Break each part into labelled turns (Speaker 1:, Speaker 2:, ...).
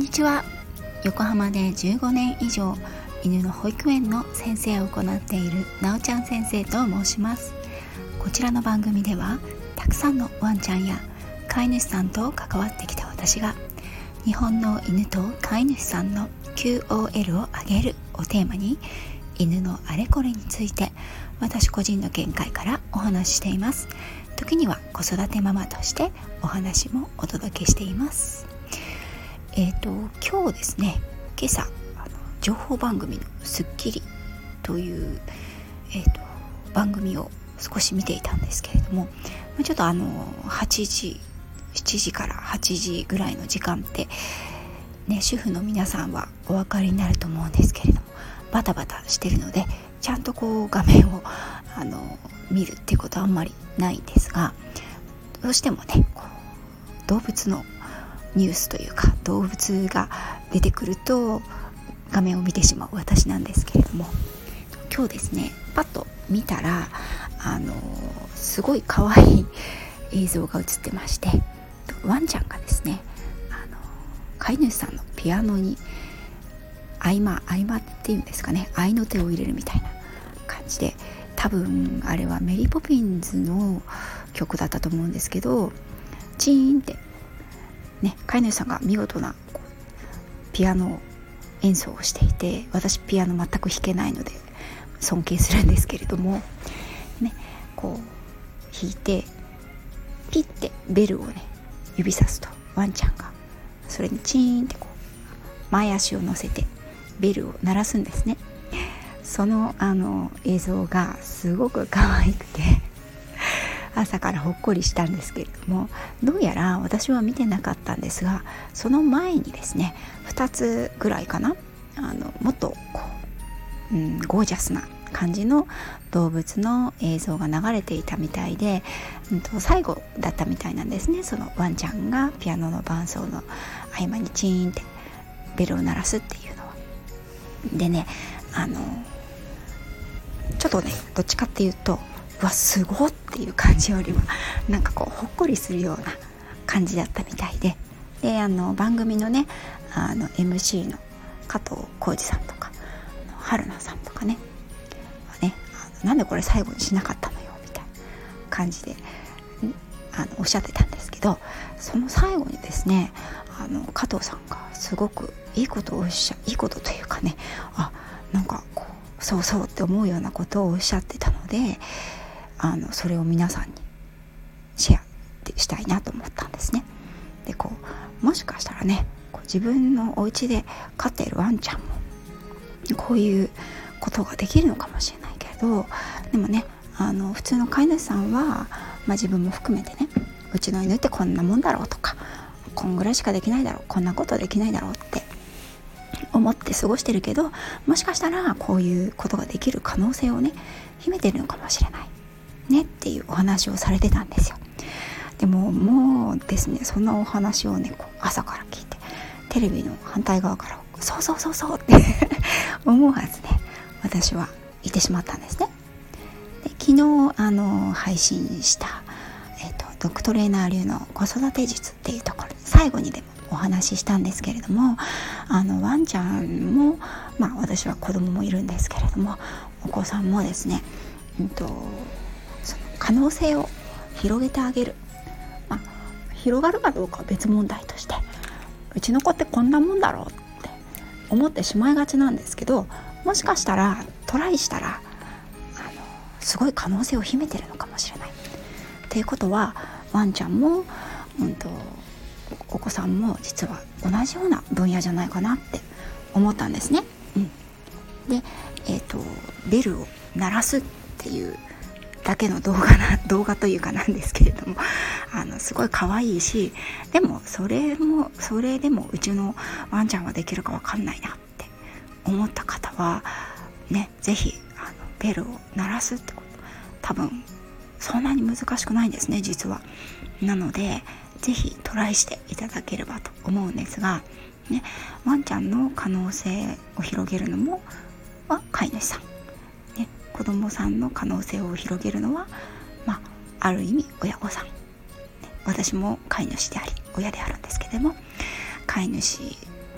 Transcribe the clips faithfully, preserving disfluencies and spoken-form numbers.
Speaker 1: ちは。横浜でじゅうごねん以上犬の保育園の先生を行っているなおちゃん先生と申します。こちらの番組ではたくさんのワンちゃんや飼い主さんと関わってきた私が日本の犬と飼い主さんの キューオーエル を上げるをテーマに犬のあれこれについて私個人の見解からお話ししています。時には子育てママとしてお話もお届けしています。えーと今日ですね、今朝あの情報番組のスッキリという、えーと番組を少し見ていたんですけれども、ちょっとあのはちじしちじからはちじぐらいの時間ってね、主婦の皆さんはお分かりになると思うんですけれども、バタバタしてるのでちゃんとこう画面をあの見るっていうことはあんまりないんですが、どうしてもねこう動物のニュースというか動物が出てくると画面を見てしまう私なんですけれども、今日ですねパッと見たらあのすごい可愛い映像が映ってまして、ワンちゃんがですねあの飼い主さんのピアノに合間合間っていうんですかね、合いの手を入れるみたいな感じで、多分あれはメリーポピンズの曲だったと思うんですけど、チーンってね、飼い主さんが見事なピアノ演奏をしていて、私ピアノ全く弾けないので尊敬するんですけれどもね、こう弾いてピッてベルをね指さすとワンちゃんがそれにチーンってこう前足を乗せてベルを鳴らすんですね。そのあの映像がすごく可愛くて朝からほっこりしたんですけれども、どうやら私は見てなかったんですが、その前にですねふたつぐらいかな、あのもっとこう、うん、ゴージャスな感じの動物の映像が流れていたみたいで、うん、と最後だったみたいなんですね。そのワンちゃんがピアノの伴奏の合間にチーンってベルを鳴らすっていうのはでね、あのちょっとねどっちかっていうとうわすごいっていう感じよりはなんかこうほっこりするような感じだったみたいで、であの番組のねあの エムシー の加藤浩次さんとか春菜さんとかねね、あのなんでこれ最後にしなかったのよみたいな感じであのおっしゃってたんですけど、その最後にですねあの加藤さんがすごくいいことをおっしゃいいことというかね、あなんかこうそうそうって思うようなことをおっしゃってたので、あのそれを皆さんにシェアしたいなと思ったんですね。でこうもしかしたらねこう自分のお家で飼っているワンちゃんもこういうことができるのかもしれないけれど、でもねあの普通の飼い主さんは、まあ、自分も含めてね、うちの犬ってこんなもんだろうとか、こんぐらいしかできないだろう、こんなことできないだろうって思って過ごしてるけど、もしかしたらこういうことができる可能性をね秘めてるのかもしれないねっていうお話をされてたんですよ。でももうですねそんなお話をねこう朝から聞いて、テレビの反対側からそうそうそうそうって思わずね私は言ってしまったんですね。で昨日あの配信した、えーと、ドッグトレーナー流の子育て術っていうところで最後にでもお話ししたんですけれども、あのワンちゃんもまあ私は子供もいるんですけれども、お子さんもですね、うんと、その可能性を広げてあげる、まあ、広がるかどうかは別問題として、うちの子ってこんなもんだろうって思ってしまいがちなんですけど、もしかしたらトライしたらあのすごい可能性を秘めてるのかもしれないっていうことは、ワンちゃんも、うんと、お子さんも実は同じような分野じゃないかなって思ったんですね、うん、で、えーと、ベルを鳴らすっていうだけの動画な動画というかなんですけれども、あのすごい可愛いし、でもそれもそれでもうちのワンちゃんはできるか分かんないなって思った方はね、ぜひあのベルを鳴らすってこと多分そんなに難しくないんですね実は。なのでぜひトライしていただければと思うんですが、ね、ワンちゃんの可能性を広げるのもは飼い主さん、ね、子供さんの可能性を広げるのは、まあ、ある意味親御さん、ね、私も飼い主であり親であるんですけども、飼い主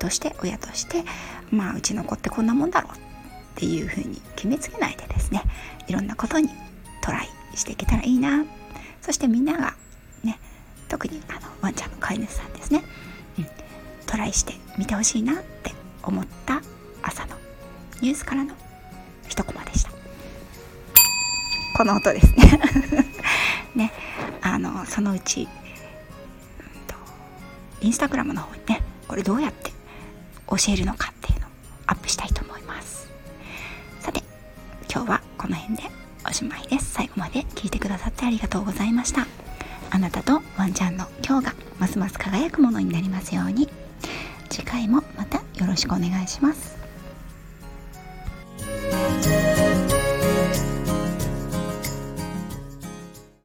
Speaker 1: として親としてまあうちの子ってこんなもんだろうっていうふうに決めつけないでですね、いろんなことにトライしていけたらいいな。そしてみんながね、特にあのワンちゃんの飼い主さんですね、うん、トライしてみてほしいなって思った朝のニュースからの一コマでした。この音ですねね、あのそのうち、うん、とインスタグラムの方にね、これどうやって教えるのかっていうのをアップしたいと思います。さて今日はこの辺でおしまいです。最後まで聞いてくださってありがとうございました。あなたとワンちゃんの今日がますます輝くものになりますように。次回もまたよろしくお願いします。